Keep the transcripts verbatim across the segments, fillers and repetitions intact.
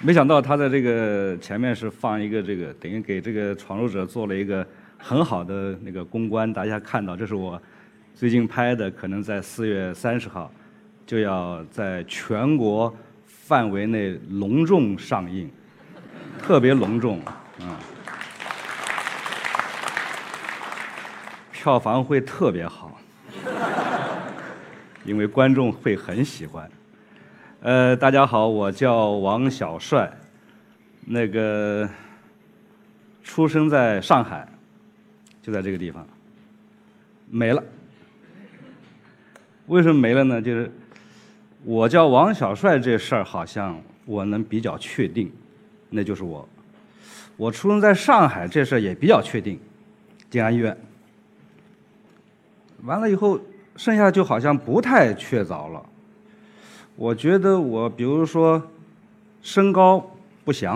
没想到他在这个前面是放一个这个，等于给这个闯入者做了一个很好的那个公关。大家看到，这是我最近拍的，可能在四月三十号就要在全国范围内隆重上映，特别隆重，嗯，票房会特别好，因为观众会很喜欢。呃，大家好，我叫王小帅，那个出生在上海，就在这个地方，没了。为什么没了呢？就是我叫王小帅这事儿，好像我能比较确定，那就是我。我出生在上海这事儿也比较确定，静安医院。完了以后，剩下就好像不太确凿了。我觉得我比如说身高不详，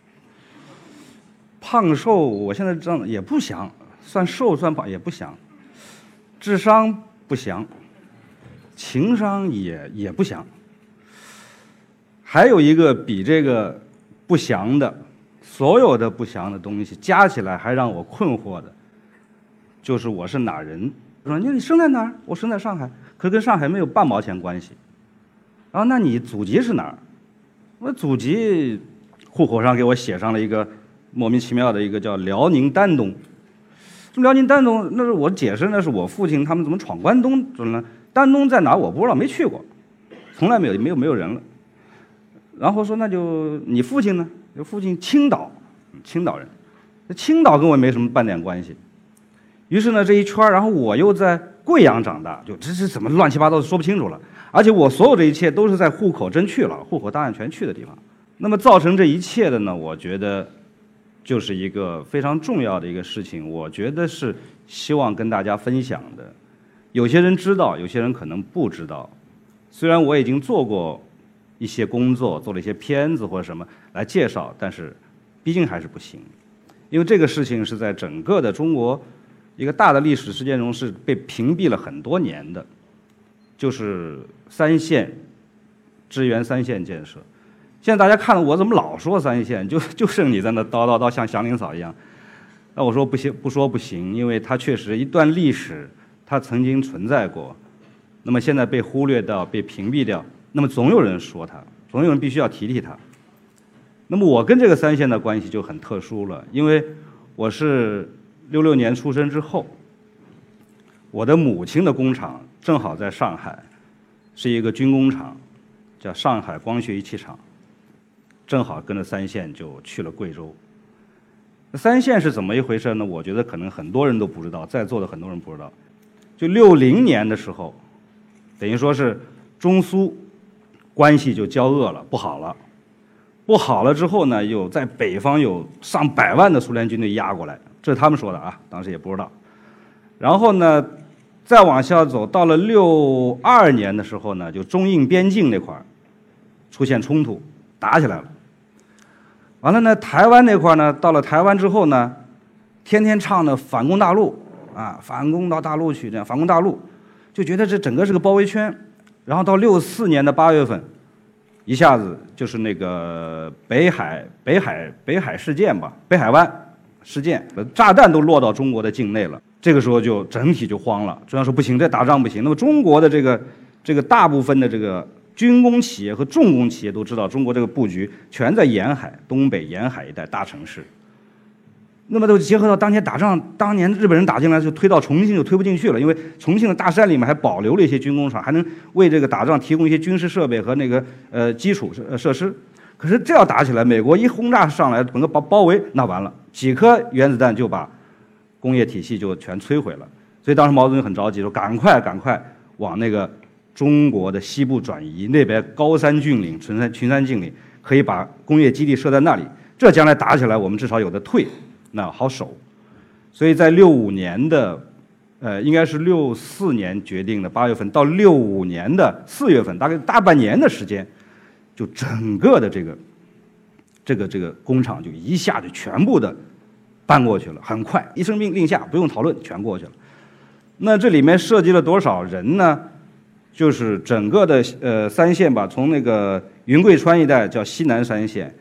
胖瘦我现在这样也不详，算瘦算胖也不详，智商不详，情商也也不详。还有一个比这个不详的，所有的不详的东西加起来还让我困惑的，就是我是哪人。说你生在哪儿？我生在上海，可是跟上海没有半毛钱关系。然后，那你祖籍是哪儿？我祖籍户口上给我写上了一个莫名其妙的一个叫辽宁丹东。这辽宁丹东，那是我解释，那是我父亲他们怎么闯关东，怎么了？丹东在哪儿我不知道，没去过，从来没有，没有没有人了。然后说那就你父亲呢？我父亲青岛，青岛人，那青岛跟我没什么半点关系。于是呢，这一圈，然后我又在贵阳长大，就这这怎么乱七八糟说不清楚了。而且我所有这一切都是在户口真去了，户口档案全去的地方。那么造成这一切的呢，我觉得就是一个非常重要的一个事情，我觉得是希望跟大家分享的。有些人知道，有些人可能不知道。虽然我已经做过一些工作，做了一些片子或者什么来介绍，但是毕竟还是不行，因为这个事情是在整个的中国一个大的历史事件中是被屏蔽了很多年的。就是三线支援三线建设，现在大家看了我怎么老说三线，就就剩你在那叨叨叨像祥林嫂一样。那我说不行，不说不行，因为它确实一段历史，它曾经存在过，那么现在被忽略掉、被屏蔽掉，那么总有人说它，总有人必须要提提它。那么我跟这个三线的关系就很特殊了，因为我是六六年出生之后，我的母亲的工厂正好在上海，是一个军工厂，叫上海光学仪器厂，正好跟着三线就去了贵州。三线是怎么一回事呢？我觉得可能很多人都不知道，在座的很多人不知道。就六零年的时候，等于说是中苏关系就交恶了，不好了。不好了之后呢，有在北方有上百万的苏联军队压过来，这是他们说的啊，当时也不知道。然后呢，再往下走，到了六二年的时候呢，就中印边境那块儿出现冲突，打起来了。完了呢，台湾那块儿呢，到了台湾之后呢，天天唱的反攻大陆啊，反攻到大陆去，这样反攻大陆，就觉得这整个是个包围圈。然后到六四年的八月份，一下子就是那个北海北海北海事件吧，北海湾事件，炸弹都落到中国的境内了。这个时候就整体就慌了，中央说不行，这打仗不行。那么中国的这个这个大部分的这个军工企业和重工企业都知道，中国这个布局全在沿海、东北沿海一带大城市。那么都结合到当年打仗，当年日本人打进来就推到重庆就推不进去了，因为重庆的大山里面还保留了一些军工厂，还能为这个打仗提供一些军事设备和那个呃基础设施。可是这要打起来，美国一轰炸上来，整个包包围，那完了，几颗原子弹就把工业体系就全摧毁了。所以当时毛泽东很着急，说赶快赶快往那个中国的西部转移，那边高山峻岭、群山群山峻岭，可以把工业基地设在那里，这将来打起来我们至少有的退，那好守。所以在六五年的呃应该是六四年决定的八月份到六五年的四月份，大概大半年的时间，就整个的这个这个这个工厂就一下就全部的搬过去了，很快一声命令下不用讨论全过去了。那这里面涉及了多少人呢？就是整个的呃三线吧，从那个云贵川一带叫西南三线，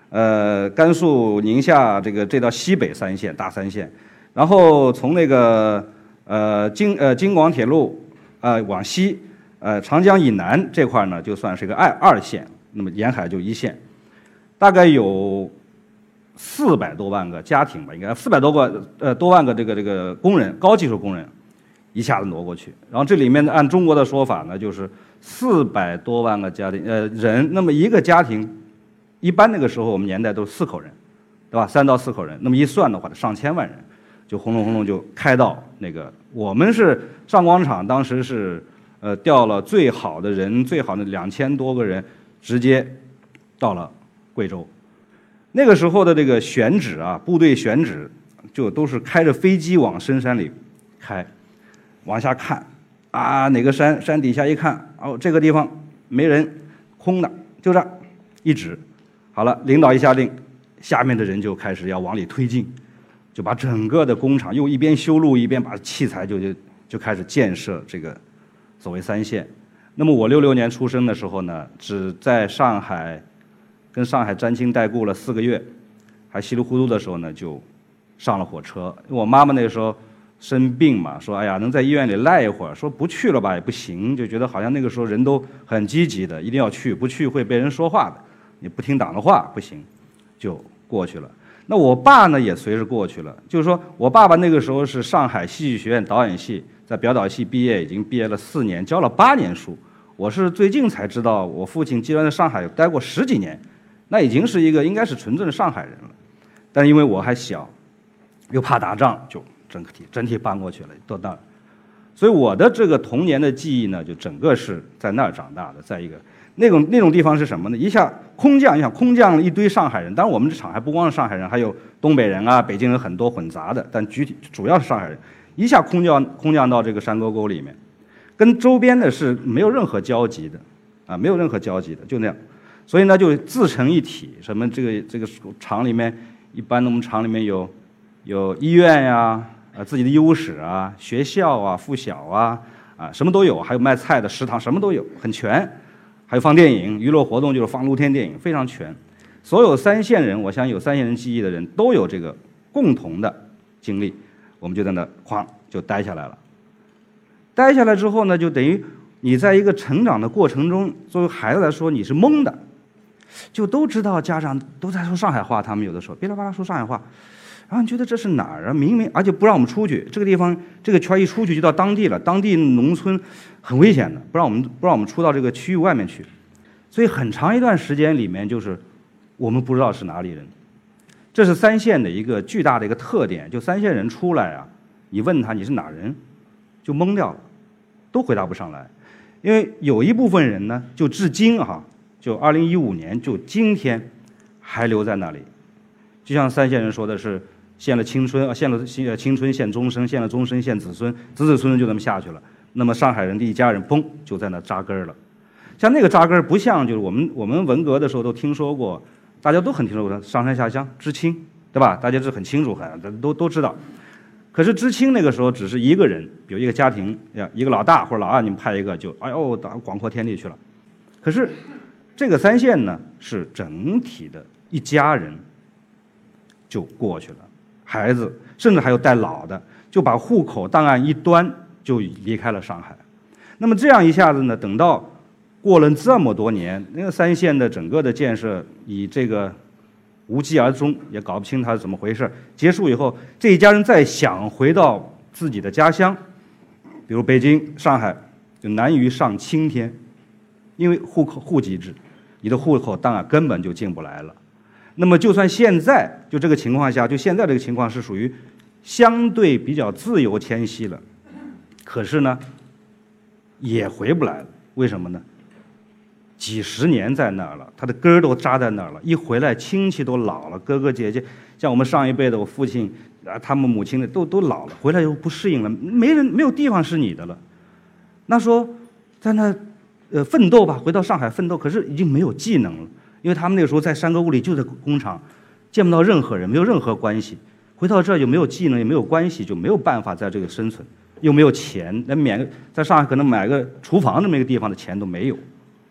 呃，甘肃、宁夏这个这条西北三线大三线，然后从那个呃京呃京广铁路呃往西，呃长江以南这块呢，就算是个二二线，那么沿海就一线，大概有四百多万个家庭吧，应该四百多个呃多万个这个这个工人，高技术工人，一下子挪过去。然后这里面按中国的说法呢，就是四百多万个家庭呃人，那么一个家庭。一般那个时候我们年代都是四口人，对吧？三到四口人，那么一算的话，上千万人，就轰隆轰隆就开到那个。我们是上广场，当时是呃调了最好的人，最好的两千多个人，直接到了贵州。那个时候的这个选址啊，部队选址就都是开着飞机往深山里开，往下看啊，哪个山山底下一看，哦，这个地方没人，空的，就这儿一指。好了，领导一下令，下面的人就开始要往里推进，就把整个的工厂又一边修路一边把器材就就就开始建设这个所谓三线。那么我六六年出生的时候呢，只在上海跟上海沾亲带故了四个月，还稀里糊涂的时候呢就上了火车。我妈妈那个时候生病嘛，说哎呀能在医院里赖一会儿，说不去了吧也不行，就觉得好像那个时候人都很积极的，一定要去，不去会被人说话的。你不听党的话不行，就过去了。那我爸呢也随着过去了，就是说我爸爸那个时候是上海戏剧学院导演系，在表导系毕业，已经毕业了四年，教了八年书。我是最近才知道，我父亲既然在上海待过十几年，那已经是一个应该是纯正的上海人了。但因为我还小，又怕打仗，就整体整体搬过去了，到那儿。所以我的这个童年的记忆呢，就整个是在那儿长大的。再一个。那种那种地方是什么呢？一下空降，你想空降了一堆上海人，当然我们这厂还不光是上海人，还有东北人啊、北京人很多混杂的，但具体主要是上海人。一下空降空降到这个山沟沟里面，跟周边的是没有任何交集的，啊，没有任何交集的，就那样。所以呢，就自成一体。什么这个这个厂里面，一般我们厂里面有有医院呀，啊，自己的医务室啊，学校啊，附小啊，啊，什么都有，还有卖菜的食堂，什么都有，很全。还有放电影，娱乐活动就是放露天电影，非常全。所有三线人，我相信有三线人记忆的人都有这个共同的经历。我们就在那哐就待下来了。待下来之后呢，就等于你在一个成长的过程中，作为孩子来说你是懵的，就都知道家长都在说上海话，他们有的时候噼里啪啦说上海话，然后你觉得这是哪儿啊？明明而且不让我们出去，这个地方这个圈一出去就到当地了，当地农村很危险的，不让我们不让我们出到这个区域外面去，所以很长一段时间里面就是我们不知道是哪里人。这是三线的一个巨大的一个特点，就三线人出来啊，你问他你是哪人，就懵掉了，都回答不上来，因为有一部分人呢，就至今哈，就二零一五年就今天还留在那里，就像三线人说的是。献了青春啊，献了青春，献终身，献了终身，献子孙，子子孙孙就这么下去了。那么上海人的一家人，砰，就在那扎根了。像那个扎根，不像就是我们我们文革的时候都听说过，大家都很听说过上山下乡知青，对吧？大家是很清楚，很都都知道。可是知青那个时候只是一个人，有一个家庭呀，一个老大或者老二，你们派一个就哎呦到广阔天地去了。可是这个三线呢，是整体的一家人就过去了。孩子甚至还有带老的，就把户口档案一端就离开了上海。那么这样一下子呢，等到过了这么多年，那个三线的整个的建设以这个无疾而终，也搞不清它是怎么回事。结束以后，这一家人再想回到自己的家乡，比如北京、上海，就难于上青天，因为户口户籍制，你的户口档案根本就进不来了。那么就算现在就这个情况下，就现在这个情况是属于相对比较自由迁徙了，可是呢也回不来了。为什么呢？几十年在那儿了，他的根儿都扎在那儿了，一回来亲戚都老了，哥哥姐姐，像我们上一辈的，我父亲啊，他们母亲的都都老了，回来以后不适应了，没人没有地方是你的了。那说在那呃奋斗吧，回到上海奋斗，可是已经没有技能了。因为他们那个时候在山沟沟里就在工厂，见不到任何人，没有任何关系。回到这儿就没有技能，也没有关系，就没有办法在这个生存，又没有钱，连免在上海可能买个厨房这么一个地方的钱都没有。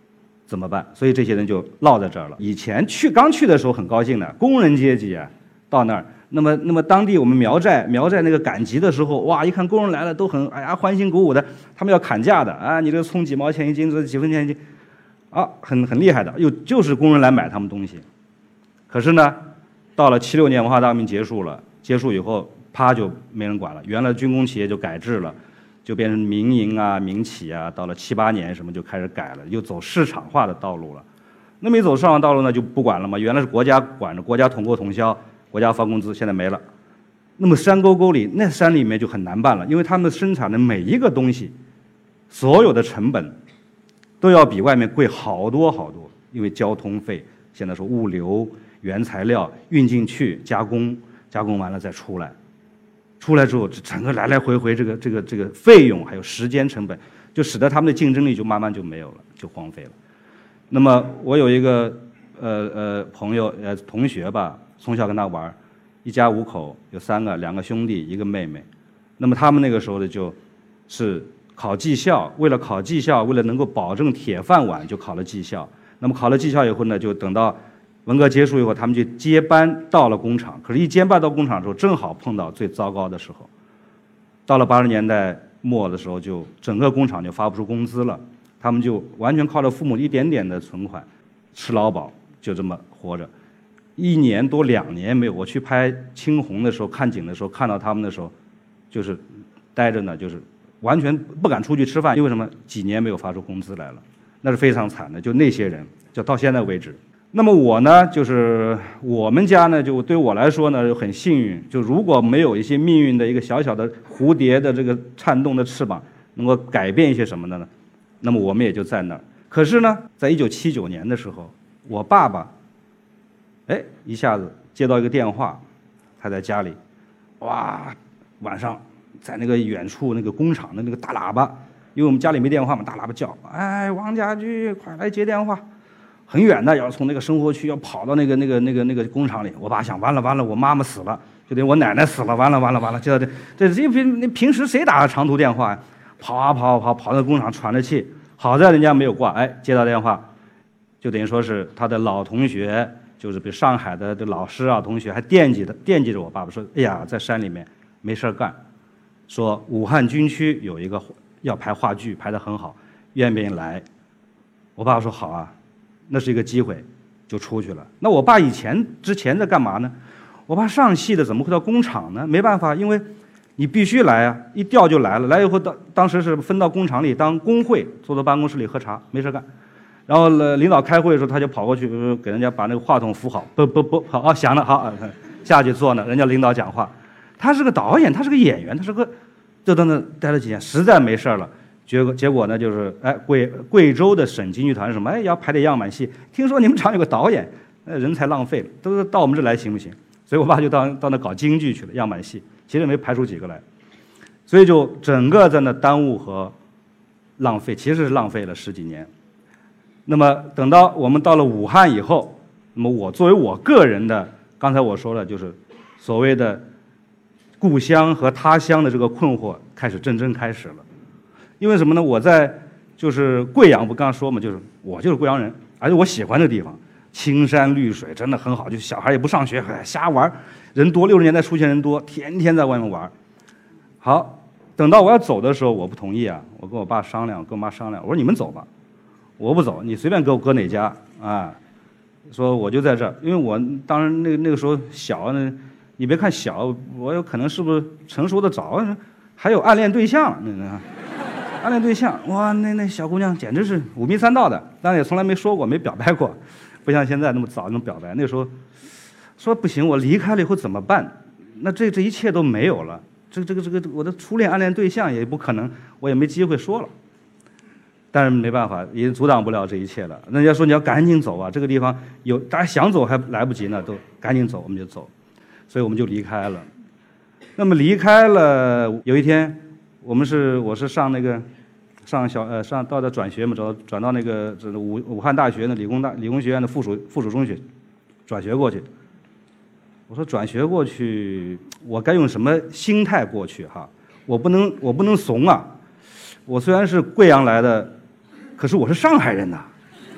怎么办？所以这些人就落在这儿了。以前去刚去的时候很高兴的，工人阶级啊，到那儿，那么那么当地我们苗寨苗寨那个赶集的时候，哇，一看工人来了，都很哎呀欢欣鼓舞的，他们要砍价的啊，你这个葱几毛钱一斤，这几分钱一斤，啊，很很厉害的，又就是工人来买他们东西。可是呢，到了七六年文化大革命结束了，结束以后，啪就没人管了，原来军工企业就改制了。就变成民营啊、民企啊，到了七八年什么就开始改了，又走市场化的道路了。那么一走市场道路呢，就不管了嘛。原来是国家管着，国家统购统销，国家发工资，现在没了。那么山沟沟里，那山里面就很难办了，因为他们生产的每一个东西，所有的成本都要比外面贵好多好多，因为交通费，现在说物流、原材料运进去加工，加工完了再出来。出来之后，整个来来回回这个这个这个费用还有时间成本，就使得他们的竞争力就慢慢就没有了，就荒废了。那么我有一个呃呃朋友呃同学吧，从小跟他玩，一家五口，有三个，两个兄弟，一个妹妹。那么他们那个时候呢，就是考技校，为了考技校，为了能够保证铁饭碗，就考了技校。那么考了技校以后呢，就等到文革结束以后，他们就接班到了工厂。可是，一接班到工厂的时候，正好碰到最糟糕的时候。到了八十年代末的时候，就整个工厂就发不出工资了，他们就完全靠着父母一点点的存款吃劳保，就这么活着。一年多两年没有，我去拍青红的时候，看景的时候，看到他们的时候，就是待着呢，就是完全不敢出去吃饭，因为什么？几年没有发出工资来了，那是非常惨的。就那些人，就到现在为止。那么我呢，就是我们家呢，就对我来说呢，很幸运。就如果没有一些命运的一个小小的蝴蝶的这个颤动的翅膀，能够改变一些什么的呢？那么我们也就在那儿。可是呢，在一九七九年的时候，我爸爸，哎，一下子接到一个电话，他在家里，哇，晚上在那个远处那个工厂的那个大喇叭，因为我们家里没电话嘛，大喇叭叫，哎，王家驹，快来接电话。很远的，要从那个生活区要跑到那个那个那个那个工厂里。我爸想，完了完了，我妈妈死了，就等于我奶奶死了，完了完了完了，就这这这平那平时谁打长途电话呀？跑啊跑啊跑，跑到工厂喘着气。好在人家没有挂，哎，接到电话，就等于说是他的老同学，就是比如上海的这老师啊同学还惦记的惦记着我爸爸，说，哎呀，在山里面没事干，说武汉军区有一个要拍话剧，拍得很好，愿不愿意来？我爸爸说好啊。那是一个机会，就出去了。那我爸以前之前在干嘛呢？我爸上戏的，怎么会到工厂呢？没办法，因为你必须来啊，一调就来了。来以后，当当时是分到工厂里当工会，坐在办公室里喝茶，没事干。然后呢，领导开会的时候，他就跑过去给人家把那个话筒扶好，不不不，好啊，响了，好，下去坐呢。人家领导讲话，他是个导演，他是个演员，他是个，就在那待了几年，实在没事了。结果结果呢，就是哎，贵贵州的省京剧团什么，哎，要排点样板戏。听说你们厂有个导演，呃，人才浪费了，都到我们这来行不行？所以我爸就到到那搞京剧去了，样板戏，其实没排出几个来，所以就整个在那耽误和浪费，其实是浪费了十几年。那么等到我们到了武汉以后，那么我作为我个人的，刚才我说了，就是所谓的故乡和他乡的这个困惑开始真正开始了。因为什么呢？我在就是贵阳，不刚刚说嘛，就是我就是贵阳人，而且我喜欢这个地方，青山绿水，真的很好。就小孩也不上学，瞎玩，人多，六十年代出现人多，天天在外面玩。好，等到我要走的时候，我不同意啊，我跟我爸商量，跟我妈商量，我说你们走吧，我不走，你随便给我搁哪家啊？说我就在这儿，因为我当然那个那个时候小呢，你别看小，我有可能是不是成熟的早，还有暗恋对象，那那。暗恋对象，哇，那那小姑娘简直是五迷三道的，当然也从来没说过，没表白过，不像现在那么早那种表白。那时候说不行，我离开了以后怎么办？那这这一切都没有了，这这个这个我的初恋暗恋对象也不可能，我也没机会说了。但是没办法，也阻挡不了这一切了。人家说你要赶紧走啊，这个地方有大家想走还来不及呢，都赶紧走，我们就走，所以我们就离开了。那么离开了，有一天。我们是我是上那个上小呃上到的转学嘛，转转到那个这武武汉大学的理工大理工学院的附属附属中学转学过去。我说转学过去，我该用什么心态过去哈？我不能我不能怂啊！我虽然是贵阳来的，可是我是上海人呐。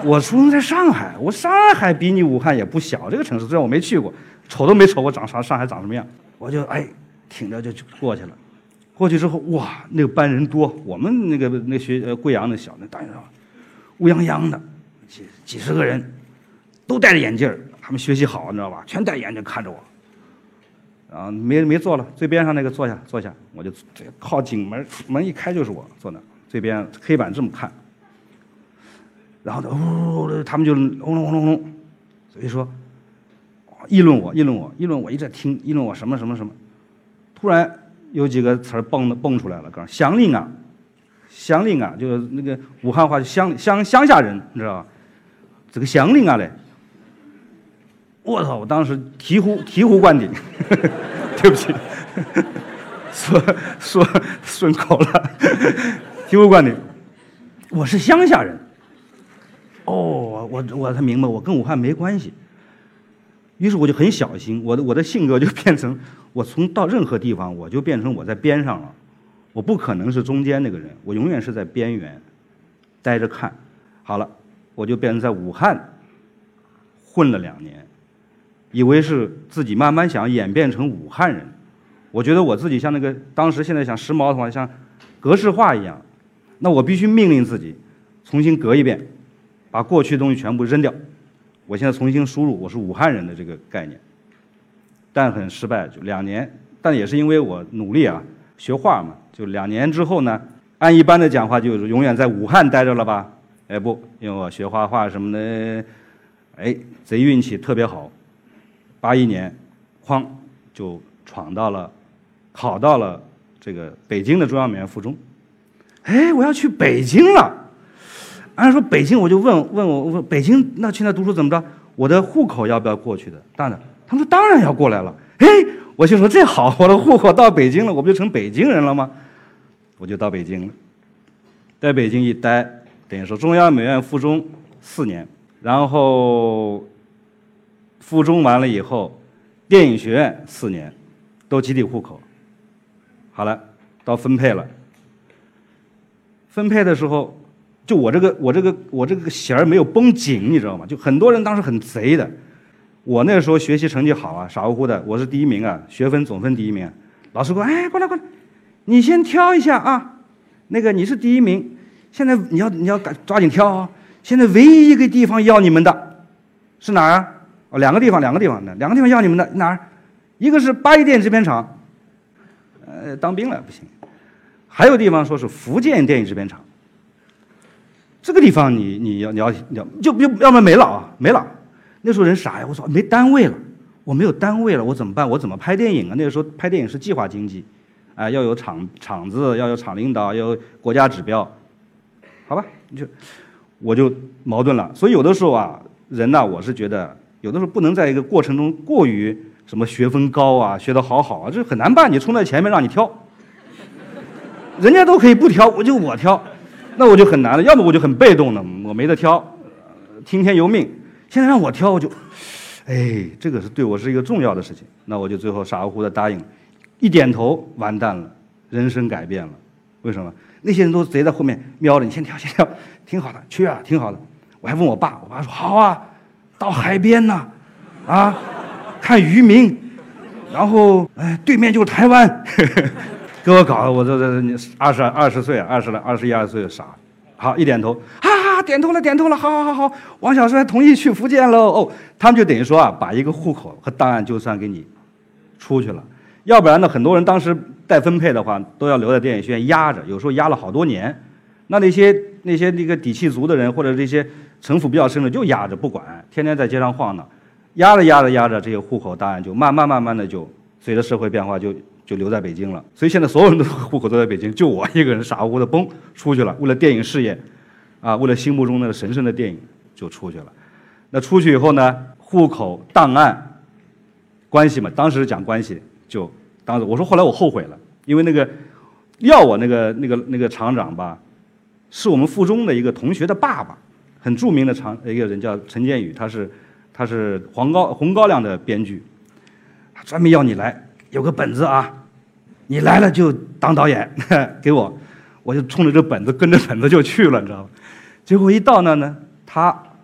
我出生在上海，我上海比你武汉也不小，这个城市虽然我没去过，瞅都没瞅过长上上海长什么样，我就哎挺着就过去了。过去之后，哇，那个班人多，我们那个那学呃贵阳那小那大学生，乌泱泱的，几几十个人，都戴着眼镜，他们学习好，你知道吧？全戴眼镜看着我。啊，没没坐了，最边上那个坐下坐下，我就靠紧门，门一开就是我坐那，最边黑板这么看。然后呢，呜，他们就轰隆轰隆轰隆，所以说议论我，议论我，议论我，一直在听，议论我什么什么什么。突然有几个词儿蹦的蹦出来了，告诉乡邻啊，乡邻啊，就是那个武汉话，乡乡乡下人，你知道吧？这个乡邻啊嘞，我操！我当时醍醐醍醐灌顶，对不起，说说顺口了，醍醐灌顶。我是乡下人。哦，我我才明白，我跟武汉没关系。于是我就很小心，我的我的性格就变成，我从到任何地方，我就变成我在边上了，我不可能是中间那个人，我永远是在边缘，待着看。好了，我就变成在武汉混了两年，以为是自己慢慢想演变成武汉人。我觉得我自己像那个当时现在想时髦的话，像格式化一样，那我必须命令自己重新革一遍。把过去的东西全部扔掉，我现在重新输入我是武汉人的这个概念，但很失败，就两年，但也是因为我努力啊，学话嘛，就两年之后呢，按一般的讲话就是永远在武汉待着了吧？哎不，因为我学画画什么的，哎，贼运气特别好，八一年，哐就闯到了，考到了这个北京的中央美院附中，哎，我要去北京了。按说北京，我就问问我问北京那去那读书怎么着？我的户口要不要过去的？当然，他们说当然要过来了。哎，我就说这好，我的户口到北京了，我不就成北京人了吗？我就到北京了，在北京一待，等于说中央美院附中四年，然后附中完了以后，电影学院四年，都集体户口。好了，到分配了。分配的时候。就我这个我这个我这个弦儿没有绷紧，你知道吗？就很多人当时很贼的。我那时候学习成绩好啊，傻乎乎的，我是第一名啊，学分总分第一名。老师说：“哎，过来过来，你先挑一下啊，那个你是第一名，现在你要你要赶抓紧挑啊。现在唯一一个地方要你们的，是哪儿啊？哦，两个地方，两个地方的，两个地方要你们的哪儿？一个是八一电影制片厂，呃，当兵了不行。还有地方说是福建电影制片厂。”这个地方你你要你要你要就就要么没了啊没了，那时候人傻呀，我说没单位了，我没有单位了，我怎么办？我怎么拍电影啊？那个时候拍电影是计划经济，啊、呃，要有厂厂子，要有厂领导，要有国家指标，好吧？就我就矛盾了。所以有的时候啊，人呢、啊，我是觉得有的时候不能在一个过程中过于什么学分高啊，学得好好啊，这很难办。你冲在前面让你挑，人家都可以不挑，我就我挑。那我就很难了，要么我就很被动了，我没得挑，呃、听天由命。现在让我挑，我就，哎，这个是对我是一个重要的事情。那我就最后傻乎乎的答应了，一点头，完蛋了，人生改变了。为什么？那些人都贼在后面瞄着你，先挑，先挑，挺好的，去啊，挺好的。我还问我爸，我爸说好啊，到海边呢，啊，看渔民，然后哎，对面就是台湾。给我搞的，我这这二十二十岁，二十了，二十一二岁傻，好一点头，啊，点头了，点头了，好好好好，王小帅同意去福建喽。哦，他们就等于说啊，把一个户口和档案就算给你出去了，要不然呢，很多人当时待分配的话，都要留在电影学院压着，有时候压了好多年。那那些那些那个底气足的人，或者这些城府比较深的，就压着不管，天天在街上晃荡，压着压着压着，这些户口档案就慢慢慢慢的就随着社会变化就。就留在北京了，所以现在所有人的户口都在北京，就我一个人傻乎乎的嘣出去了。为了电影事业，啊，为了心目中那个神圣的电影，就出去了。那出去以后呢，户口档案关系嘛，当时讲关系，就当时我说后来我后悔了，因为那个要我那个那个那个厂长吧，是我们附中的一个同学的爸爸，很著名的厂一个人叫陈建宇，他是他是黄高红高粱的编剧，他专门要你来。有个本子啊，你来了就当导演，给我，我就冲着这本子跟着本子就去了，你知道吗？结果一到那呢，他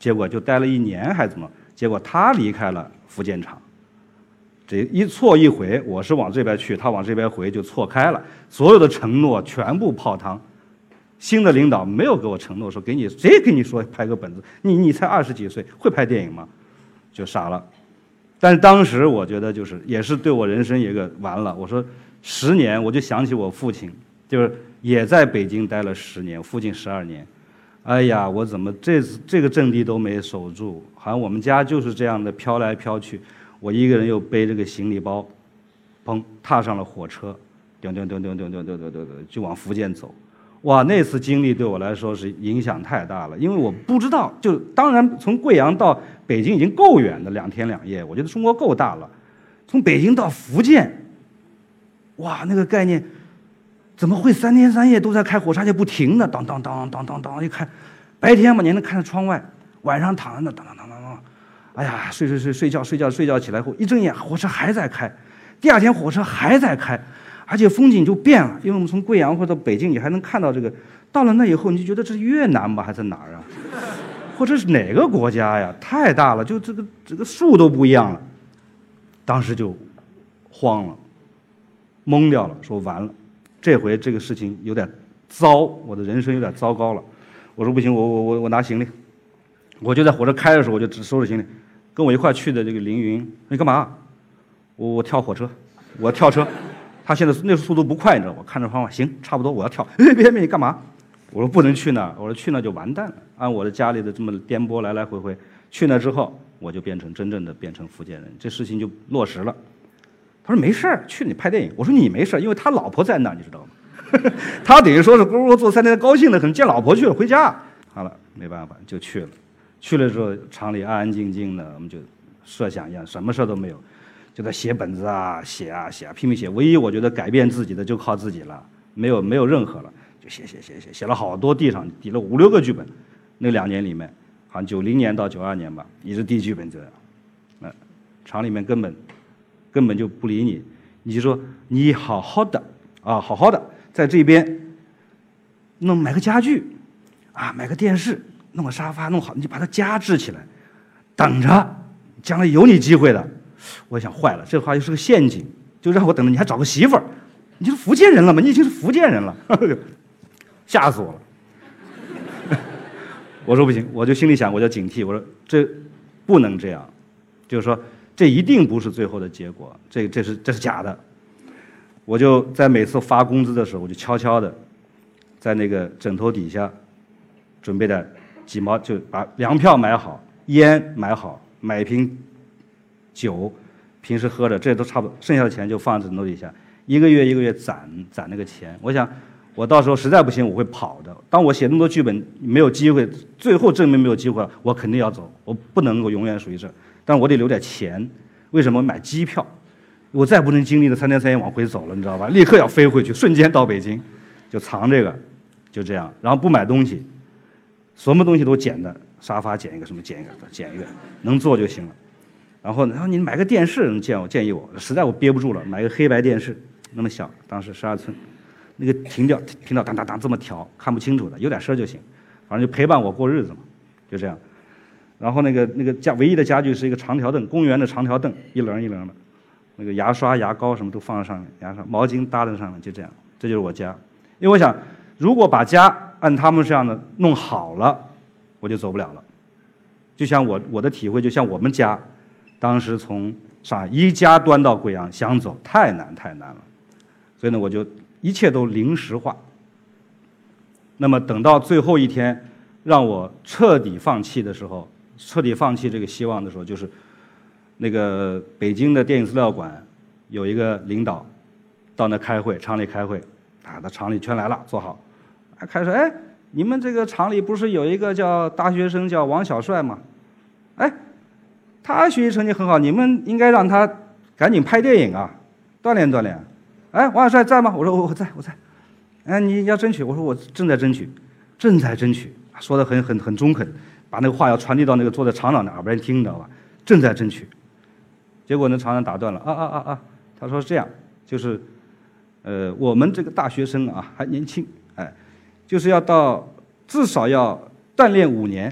结果就待了一年还怎么？结果他离开了福建厂，这一错一回，我是往这边去，他往这边回，就错开了，所有的承诺全部泡汤。新的领导没有给我承诺说给你，谁跟你说拍个本子？你你才二十几岁，会拍电影吗？就傻了。但是当时我觉得就是也是对我人生一个完了。我说十年，我就想起我父亲，就是也在北京待了十年，父亲十二年。哎呀，我怎么这这个阵地都没守住？好像我们家就是这样的飘来飘去，我一个人又背着个行李包，砰，踏上了火车，丢丢丢丢丢丢丢丢丢，就往福建走。哇，那次经历对我来说是影响太大了，因为我不知道，就当然从贵阳到北京已经够远的，两天两夜，我觉得中国够大了。从北京到福建，哇，那个概念怎么会三天三夜都在开火车就不停的？当当当当当当，一看，白天嘛你能看着窗外，晚上躺在那当当当当当，哎呀，睡睡睡睡觉睡觉睡觉起来后一睁眼，火车还在开，第二天火车还在开。而且风景就变了，因为我们从贵阳或者北京，你还能看到这个。到了那以后，你就觉得这是越南吧，还是哪儿啊？或者是哪个国家呀？太大了，就这个这个树都不一样了。当时就慌了，懵掉了，说完了，这回这个事情有点糟，我的人生有点糟糕了。我说不行，我我我我拿行李。我就在火车开的时候，我就只收拾行李。跟我一块去的这个凌云，你干嘛？我我跳火车，我要跳车。他现在那速度不快，你知道吗？我看着方法，行，差不多，我要跳。哎，别别，你干嘛？我说不能去那儿，我说去那就完蛋了。按我的家里的这么颠簸来来回回，去那之后，我就变成真正的变成福建人，这事情就落实了。他说没事儿，去你拍电影。我说你没事儿，因为他老婆在那儿，你知道吗？他等于说是咕咕做三天，高兴的很，见老婆去了，回家。好了，没办法，就去了。去了之后，厂里安安静静的，我们就设想一样，什么事都没有。就在写本子啊，写啊写啊，拼命写。唯一我觉得改变自己的就靠自己了，没有没有任何了，就写写写写，写了好多，地上抵了五六个剧本。那两年里面，好像九零年到九二年吧，一直递剧本这样。那、呃、厂里面根本根本就不理你，你就说你好好的啊，好好的在这边弄买个家具啊，买个电视，弄个沙发，弄好你就把它加制起来，等着将来有你机会的。我想坏了，这话就是个陷阱，就让我等着，你还找个媳妇儿，你就是福建人了吗？你已经是福建人了，吓死我了。我说不行，我就心里想，我就警惕，我说这不能这样，就是说这一定不是最后的结果，这这是这是假的。我就在每次发工资的时候，我就悄悄的在那个枕头底下准备的几毛，就把粮票买好，烟买好，买一瓶酒，平时喝着，这都差不多，剩下的钱就放在枕头底下，一个月一个月攒攒那个钱。我想，我到时候实在不行，我会跑的。当我写那么多剧本没有机会，最后证明没有机会了，我肯定要走，我不能够永远属于这，但我得留点钱。为什么？买机票，我再不能经历了三天三夜往回走了，你知道吧？立刻要飞回去，瞬间到北京，就藏这个，就这样，然后不买东西，什么东西都捡的，沙发捡一个，什么捡一个，捡一个，能坐就行了。然后，然后你买个电视，建我建议我，实在我憋不住了，买个黑白电视，那么小，当时十二寸，那个停掉停到当当当这么调，看不清楚的，有点声就行，反正就陪伴我过日子嘛，就这样。然后那个那个家唯一的家具是一个长条凳，公园的长条凳，一棱一棱的，那个牙刷、牙膏什么都放在上面，牙刷、毛巾搭在上面，就这样，这就是我家。因为我想，如果把家按他们这样的弄好了，我就走不了了。就像我我的体会，就像我们家。当时从上海一家端到贵阳，想走太难太难了，所以呢，我就一切都临时化。那么等到最后一天，让我彻底放弃的时候，彻底放弃这个希望的时候，就是那个北京的电影资料馆有一个领导到那开会，厂里开会，啊，他厂里全来了，坐好，还开始说，哎，你们这个厂里不是有一个叫大学生叫王小帅吗？哎。他学习成绩很好，你们应该让他赶紧拍电影啊，锻炼锻炼。哎，王小帅在吗？我说我我在我在。哎，你要争取，我说我正在争取，正在争取，说的很很很中肯，把那个话要传递到那个坐在厂长的耳边听，你知道吧？正在争取。结果呢，厂长打断了，啊啊啊啊，他说这样，就是，呃，我们这个大学生啊还年轻，哎，就是要到至少要锻炼五年。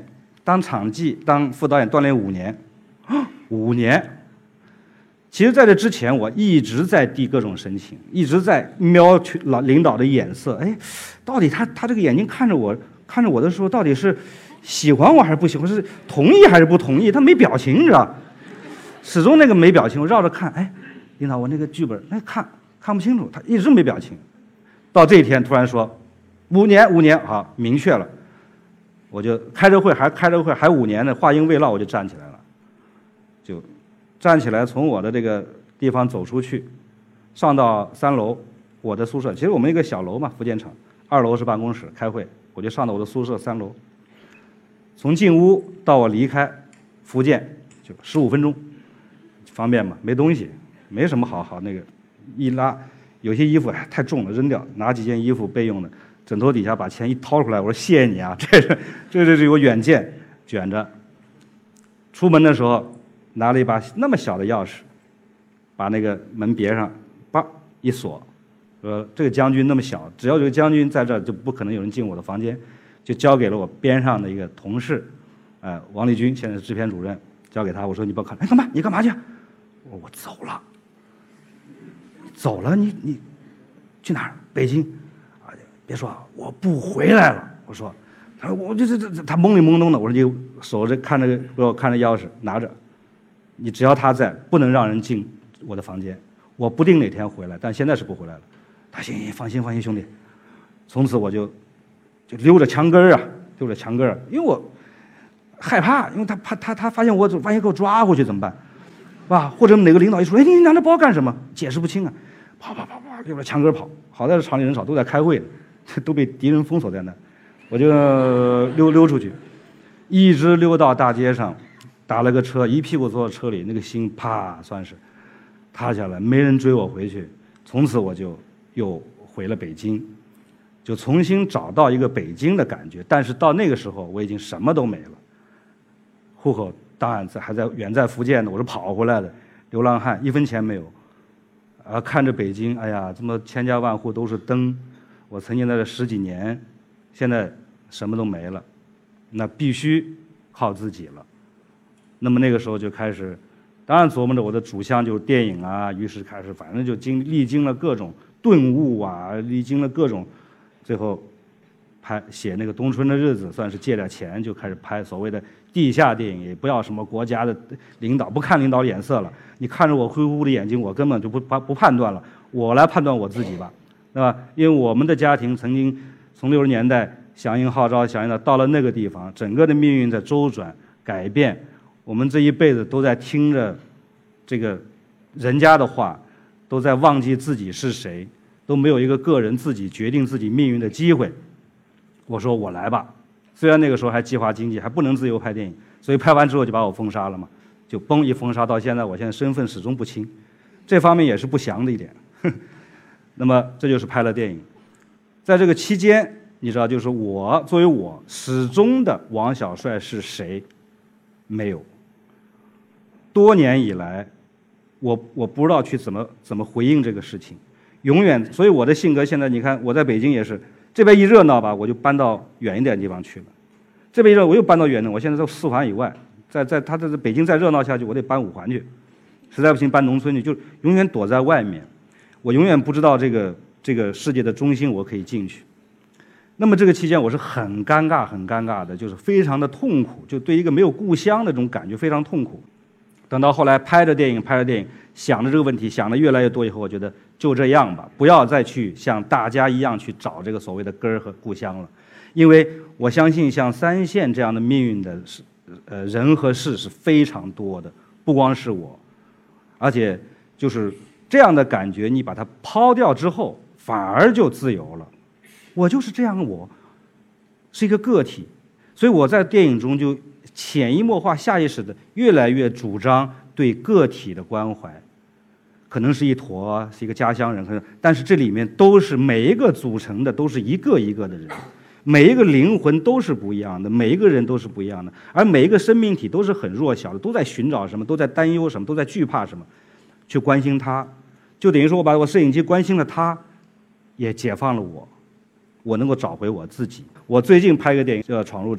当场记、当副导演锻炼五年，五年。其实在这之前，我一直在递各种申请，一直在瞄去老领导的眼色。哎，到底他他这个眼睛看着我，看着我的时候，到底是喜欢我还是不喜欢？是同意还是不同意？他没表情，你知道？始终那个没表情，我绕着看。哎，领导，我那个剧本，那看看不清楚，他一直没表情。到这一天，突然说，五年，五年，好，明确了。我就开着会，还开着会，还五年呢，话音未落，我就站起来了，就。站起来，从我的这个地方走出去，上到三楼我的宿舍。其实我们一个小楼嘛，福建厂，二楼是办公室开会，我就上到我的宿舍三楼。从进屋到我离开福建就十五分钟，方便嘛？没东西，没什么好好那个，一拉有些衣服哎太重了，扔掉，拿几件衣服备用的，枕头底下把钱一掏出来，我说谢谢你啊，这是这这是有远见，卷着。出门的时候。拿了一把那么小的钥匙，把那个门别上，叭一锁，说这个将军那么小，只要有个将军在这儿，就不可能有人进我的房间，就交给了我边上的一个同事，呃，王立军，现在是制片主任，交给他。我说你不要看，哎，干嘛？你干嘛去？我说我走了，走了，你你去哪儿？北京？啊，别说，我不回来了。我说，他说我这这这，他懵里懵懂的。我说你手着看着给我看着钥匙拿着。你只要他在，不能让人进我的房间。我不定哪天回来，但现在是不回来了。他行行，放心放心，兄弟。从此我就就溜着墙根儿啊，溜着墙根儿，因为我害怕，因为他怕他他发现我，万一给我抓回去怎么办？吧？或者哪个领导一说，哎，你拿着包干什么？解释不清啊，跑跑跑跑，溜着墙根儿跑。好在是厂里人少，都在开会呢，都被敌人封锁在那，我就溜溜出去，一直溜到大街上。打了个车，一屁股坐到车里，那个心啪算是塌下来，没人追我回去。从此我就又回了北京，就重新找到一个北京的感觉。但是到那个时候，我已经什么都没了，户口当然在还在远在福建的，我是跑回来的，流浪汉，一分钱没有。啊，看着北京，哎呀，这么千家万户都是灯，我曾经在这十几年，现在什么都没了，那必须靠自己了。那么那个时候就开始，当然琢磨着我的主项就是电影啊，于是开始反正就经历经了各种顿悟啊，历经了各种，最后拍写那个《冬春的日子》，算是借点钱就开始拍所谓的地下电影，也不要什么国家的领导，不看领导脸色了，你看着我灰乎乎的眼睛，我根本就不不判断了，我来判断我自己吧，对吧？因为我们的家庭曾经从六十年代响应号召，响应到到了那个地方，整个的命运在周转改变。我们这一辈子都在听着这个人家的话，都在忘记自己是谁，都没有一个个人自己决定自己命运的机会。我说我来吧，虽然那个时候还计划经济，还不能自由拍电影，所以拍完之后就把我封杀了嘛，就嘣一封杀到现在，我现在身份始终不清，这方面也是不祥的一点。那么这就是拍了电影，在这个期间，你知道，就是我作为我始终的王小帅是谁，没有。多年以来，我我不知道去怎么怎么回应这个事情，永远。所以我的性格现在，你看我在北京也是，这边一热闹吧，我就搬到远一点的地方去了；这边一热，我又搬到远的，我现在在四环以外，在在他这北京再热闹下去，我得搬五环去，实在不行搬农村去，就永远躲在外面。我永远不知道这个这个世界的中心我可以进去。那么这个期间我是很尴尬很尴尬的，就是非常的痛苦，就对一个没有故乡的这种感觉非常痛苦。等到后来拍着电影拍着电影，想着这个问题想的越来越多以后，我觉得就这样吧，不要再去像大家一样去找这个所谓的根儿和故乡了。因为我相信像三线这样的命运的呃人和事是非常多的，不光是我，而且就是这样的感觉，你把它抛掉之后，反而就自由了。我就是这样，我是一个个体，所以我在电影中就潜移默化、下意识的越来越主张对个体的关怀，可能是一坨，是一个家乡人，可能，但是这里面都是每一个组成的，都是一个一个的人，每一个灵魂都是不一样的，每一个人都是不一样的，而每一个生命体都是很弱小的，都在寻找什么，都在担忧什么，都在惧怕什么，去关心他，就等于说我把我摄影机关心了他，也解放了我，我能够找回我自己。我最近拍一个电影叫《闯入者》，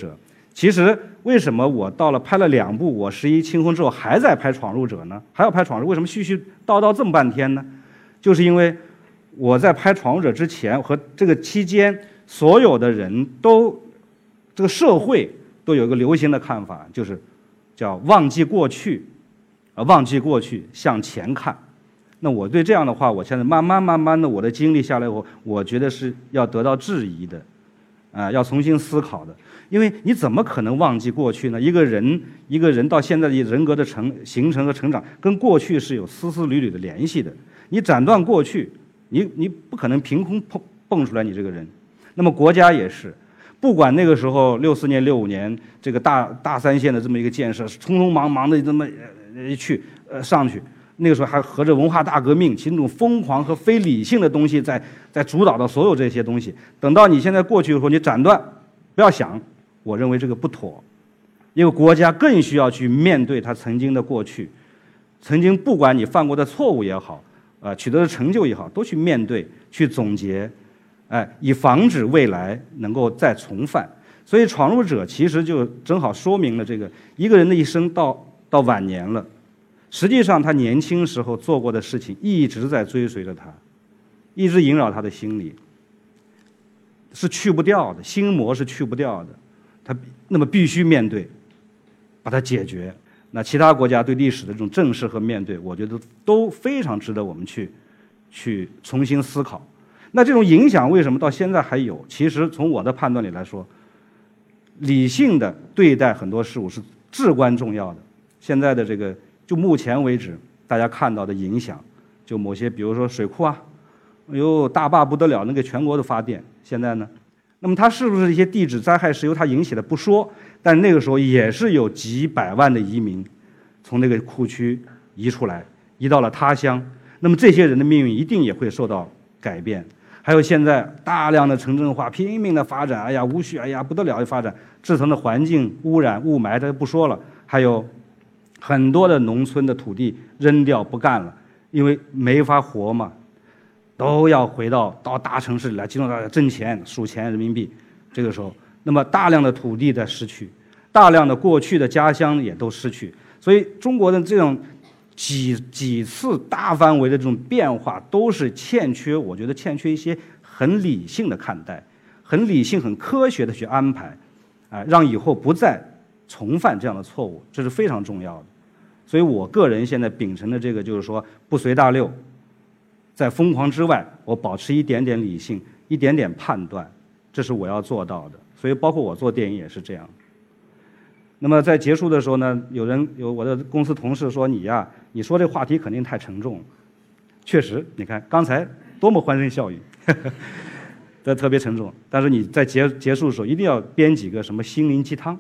其实为什么我到了拍了两部《我十一清婚》之后，还在拍《闯入者》呢？还要拍《闯入》，为什么絮絮叨叨这么半天呢？就是因为我在拍《闯入者》之前和这个期间，所有的人都，这个社会都有一个流行的看法，就是叫忘记过去，啊，忘记过去，向前看。那我对这样的话，我现在慢慢慢慢的，我的经历下来后，我觉得是要得到质疑的，啊，要重新思考的。因为你怎么可能忘记过去呢？一个人，一个人到现在的人格的成形成和成长，跟过去是有丝丝缕缕的联系的。你斩断过去，你你不可能凭空蹦蹦出来你这个人。那么国家也是，不管那个时候六四年、六五年这个大大三线的这么一个建设，匆匆忙忙的这么一去呃上去。那个时候还合着文化大革命，其实那种疯狂和非理性的东西在在主导到所有这些东西。等到你现在过去以后，你斩断，不要想，我认为这个不妥，因为国家更需要去面对它曾经的过去，曾经不管你犯过的错误也好，呃，取得的成就也好，都去面对，去总结，哎，以防止未来能够再重犯。所以，闯入者其实就正好说明了这个一个人的一生到到晚年了。实际上，他年轻时候做过的事情一直在追随着他，一直萦绕他的心里，是去不掉的，心魔是去不掉的。他那么必须面对，把它解决。那其他国家对历史的这种正视和面对，我觉得都非常值得我们去去重新思考。那这种影响为什么到现在还有？其实从我的判断里来说，理性的对待很多事物是至关重要的。现在的这个。就目前为止，大家看到的影响，就某些，比如说水库啊，哎呦大坝不得了，能给全国都发电。现在呢，那么它是不是一些地质灾害是由它引起的不说，但那个时候也是有几百万的移民从那个库区移出来，移到了他乡。那么这些人的命运一定也会受到改变。还有现在大量的城镇化拼命的发展，哎呀无序，哎呀不得了的发展，制成的环境污染、雾霾，这不说了，还有。很多的农村的土地扔掉不干了，因为没法活嘛，都要回到到大城市里来，集中到挣钱、数钱人民币。这个时候，那么大量的土地在失去，大量的过去的家乡也都失去。所以中国的这种几几次大范围的这种变化，都是欠缺，我觉得欠缺一些很理性的看待，很理性、很科学的去安排，啊，让以后不再重犯这样的错误，这是非常重要的。所以我个人现在秉承的这个就是说，不随大流，在疯狂之外，我保持一点点理性，一点点判断，这是我要做到的。所以包括我做电影也是这样。那么在结束的时候呢，有人有我的公司同事说你呀，你说这话题肯定太沉重了。确实，你看刚才多么欢声笑语，这特别沉重。但是你在结结束的时候一定要编几个什么心灵鸡汤。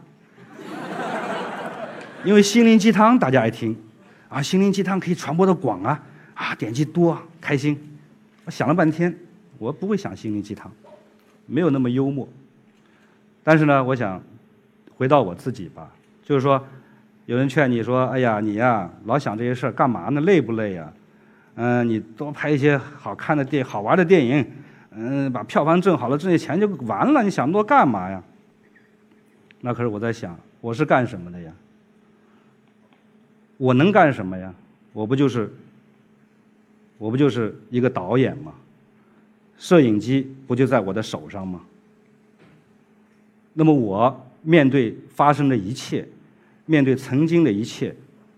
因为心灵鸡汤大家爱听，啊，心灵鸡汤可以传播的广啊，啊，点击多，开心。我想了半天，我不会想心灵鸡汤，没有那么幽默。但是呢，我想回到我自己吧，就是说，有人劝你说，哎呀，你呀，老想这些事儿干嘛呢？累不累呀？嗯、呃，你多拍一些好看的电、好玩的电影，嗯、呃，把票房挣好了，挣些钱就完了。你想那么多干嘛呀？那可是我在想，我是干什么的呀？我能干什么呀？我不就是，我不就是一个导演吗？摄影机不就在我的手上吗？那么我面对发生的一切，面对曾经的一切，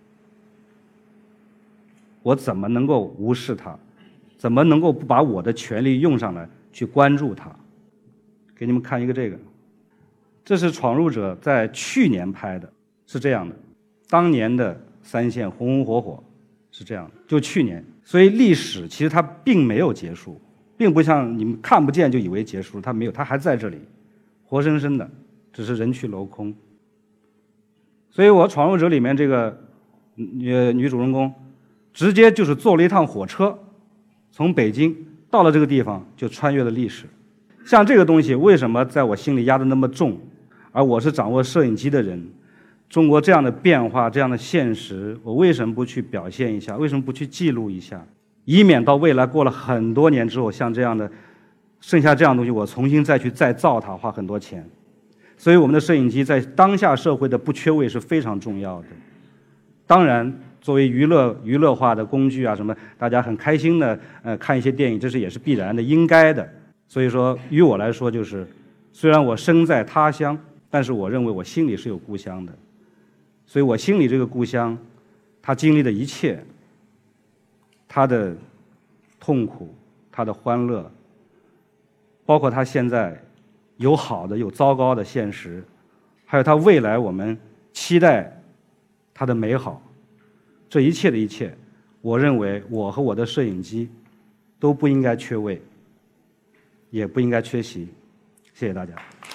我怎么能够无视它？怎么能够不把我的权利用上来去关注它？给你们看一个这个，这是《闯入者》在去年拍的，是这样的，当年的三线红红火火，是这样的，就去年。所以历史其实它并没有结束，并不像你们看不见就以为结束了，它没有，它还在这里，活生生的，只是人去楼空。所以我《闯入者》里面这个女女主人公，直接就是坐了一趟火车，从北京到了这个地方，就穿越了历史。像这个东西为什么在我心里压得那么重？而我是掌握摄影机的人，中国这样的变化，这样的现实，我为什么不去表现一下？为什么不去记录一下？以免到未来过了很多年之后，像这样的剩下这样的东西，我重新再去再造它，花很多钱。 所以我们的摄影机在当下社会的不缺位是非常重要的。当然，作为娱乐娱乐化的工具啊，什么大家很开心的呃看一些电影，这是也是必然的、应该的。所以说，于我来说，就是虽然我身在他乡，但是我认为我心里是有故乡的。所以我心里这个故乡，他经历的一切，他的痛苦，他的欢乐，包括他现在有好的有糟糕的现实，还有他未来我们期待他的美好，这一切的一切，我认为我和我的摄影机都不应该缺位，也不应该缺席。谢谢大家。